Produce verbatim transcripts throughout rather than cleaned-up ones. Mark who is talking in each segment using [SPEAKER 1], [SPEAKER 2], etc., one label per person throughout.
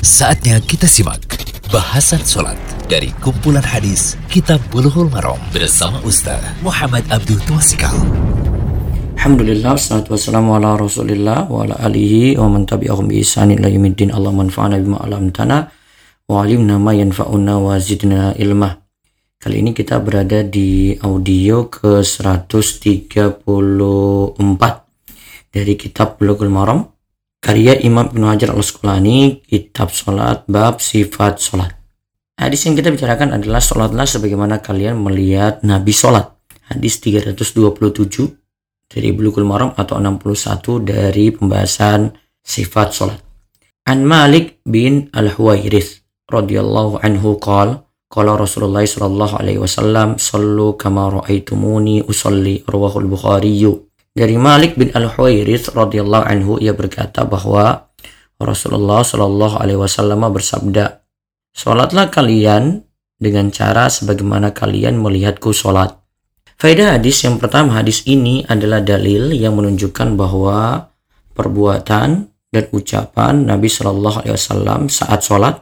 [SPEAKER 1] Saatnya kita simak bahasan sholat dari kumpulan hadis Kitab Bulughul Maram bersama Ustaz Muhammad Abdul Twasikal.
[SPEAKER 2] Alhamdulillah, wassalatu wassalamu ala rasulillah wa ala alihi wa man tabi'ahum bi ihsanin ila yaumiddin. Allah manfa'ana bima 'allamtana wa 'allimna ma yanfa'una wa zidna ilma. Kali ini kita berada di audio ke seratus tiga puluh empat dari Kitab Bulughul Maram karya Imam Ibnu Hajar Al-Asqalani, kitab sholat, bab sifat sholat. Hadis yang kita bicarakan adalah sholatlah sebagaimana kalian melihat Nabi sholat. Hadis tiga ratus dua puluh tujuh dari Bulughul Maram atau enam puluh satu dari pembahasan sifat sholat. An Malik bin Al-Huwairits radhiyallahu anhu qala qala Rasulullah sallallahu alaihi wasallam sallu kama ra'aitumuni usolli, rawahul Bukhari. Dari Malik bin Al-Huwairits radhiyallahu anhu, ia berkata bahwa Rasulullah sallallahu alaihi wasallam bersabda, "Salatlah kalian dengan cara sebagaimana kalian melihatku salat." Faedah hadis yang pertama, hadis ini adalah dalil yang menunjukkan bahwa perbuatan dan ucapan Nabi sallallahu alaihi wasallam saat salat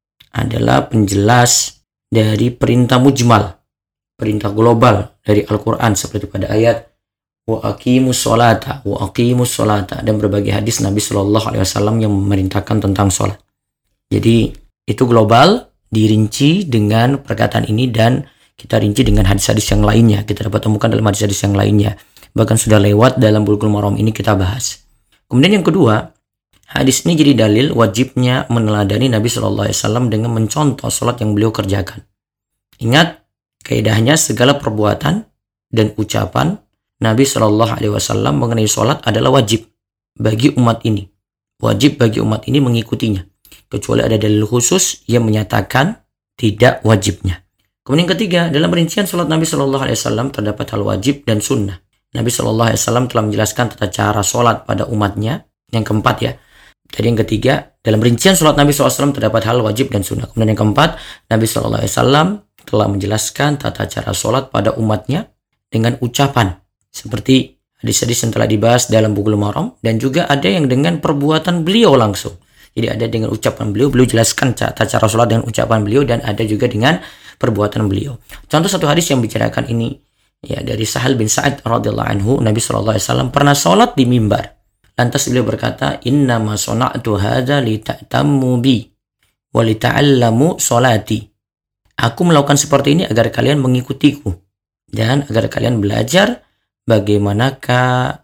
[SPEAKER 2] adalah penjelas dari perintah mujmal, perintah global dari Al-Qur'an seperti pada ayat wa aqimus sholata wa aqimus sholata dan berbagai hadis Nabi sallallahu alaihi wasallam yang memerintahkan tentang sholat. Jadi itu global, dirinci dengan perkataan ini dan kita rinci dengan hadis-hadis yang lainnya. Kita dapat temukan dalam hadis-hadis yang lainnya. Bahkan sudah lewat dalam Bulughul Maram ini kita bahas. Kemudian yang kedua, hadis ini jadi dalil wajibnya meneladani Nabi sallallahu alaihi wasallam dengan mencontoh sholat yang beliau kerjakan. Ingat, kaidahnya segala perbuatan dan ucapan Nabi Shallallahu Alaihi Wasallam mengenai sholat adalah wajib bagi umat ini. Wajib bagi umat ini mengikutinya. Kecuali ada dalil khusus yang menyatakan tidak wajibnya. Kemudian yang ketiga, dalam rincian sholat Nabi Shallallahu Alaihi Wasallam terdapat hal wajib dan sunnah. Nabi Shallallahu Alaihi Wasallam telah menjelaskan tata cara sholat pada umatnya. Yang keempat ya. Jadi yang ketiga, dalam rincian sholat Nabi Shallallahu Alaihi Wasallam terdapat hal wajib dan sunnah. Kemudian yang keempat, Nabi Shallallahu Alaihi Wasallam telah menjelaskan tata cara sholat pada umatnya dengan ucapan. Seperti hadis-hadis yang telah dibahas dalam Bulughul Maram, dan juga ada yang dengan perbuatan beliau langsung. Jadi ada dengan ucapan beliau, beliau jelaskan tata cara sholat dengan ucapan beliau, dan ada juga dengan perbuatan beliau. Contoh satu hadis yang bicarakan ini ya dari Sahal bin Sa'ad radhiyallahu anhu, Nabi sallallahu alaihi wasallam pernah sholat di mimbar. Lantas beliau berkata, "Inna ma sona'tu hadza li ta'tammu bi wa li ta'allamu sholati." Aku melakukan seperti ini agar kalian mengikutiku dan agar kalian belajar bagaimanakah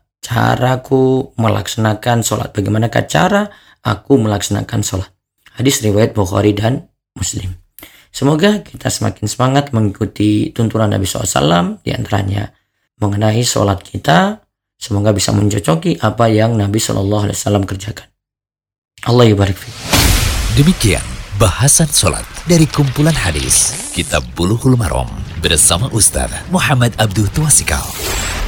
[SPEAKER 2] caraku melaksanakan sholat, bagaimanakah cara aku melaksanakan sholat. Hadis riwayat Bukhari dan Muslim. Semoga kita semakin semangat mengikuti tuntunan Nabi shallallahu alaihi wasallam, di antaranya mengenai sholat kita. Semoga bisa mencocoki apa yang Nabi shallallahu alaihi wasallam kerjakan. Allah yubarik fiik.
[SPEAKER 1] Demikian bahasan sholat dari kumpulan hadis Kitab Bulughul Maram bersama Ustaz Muhammad Abdul Twasikal.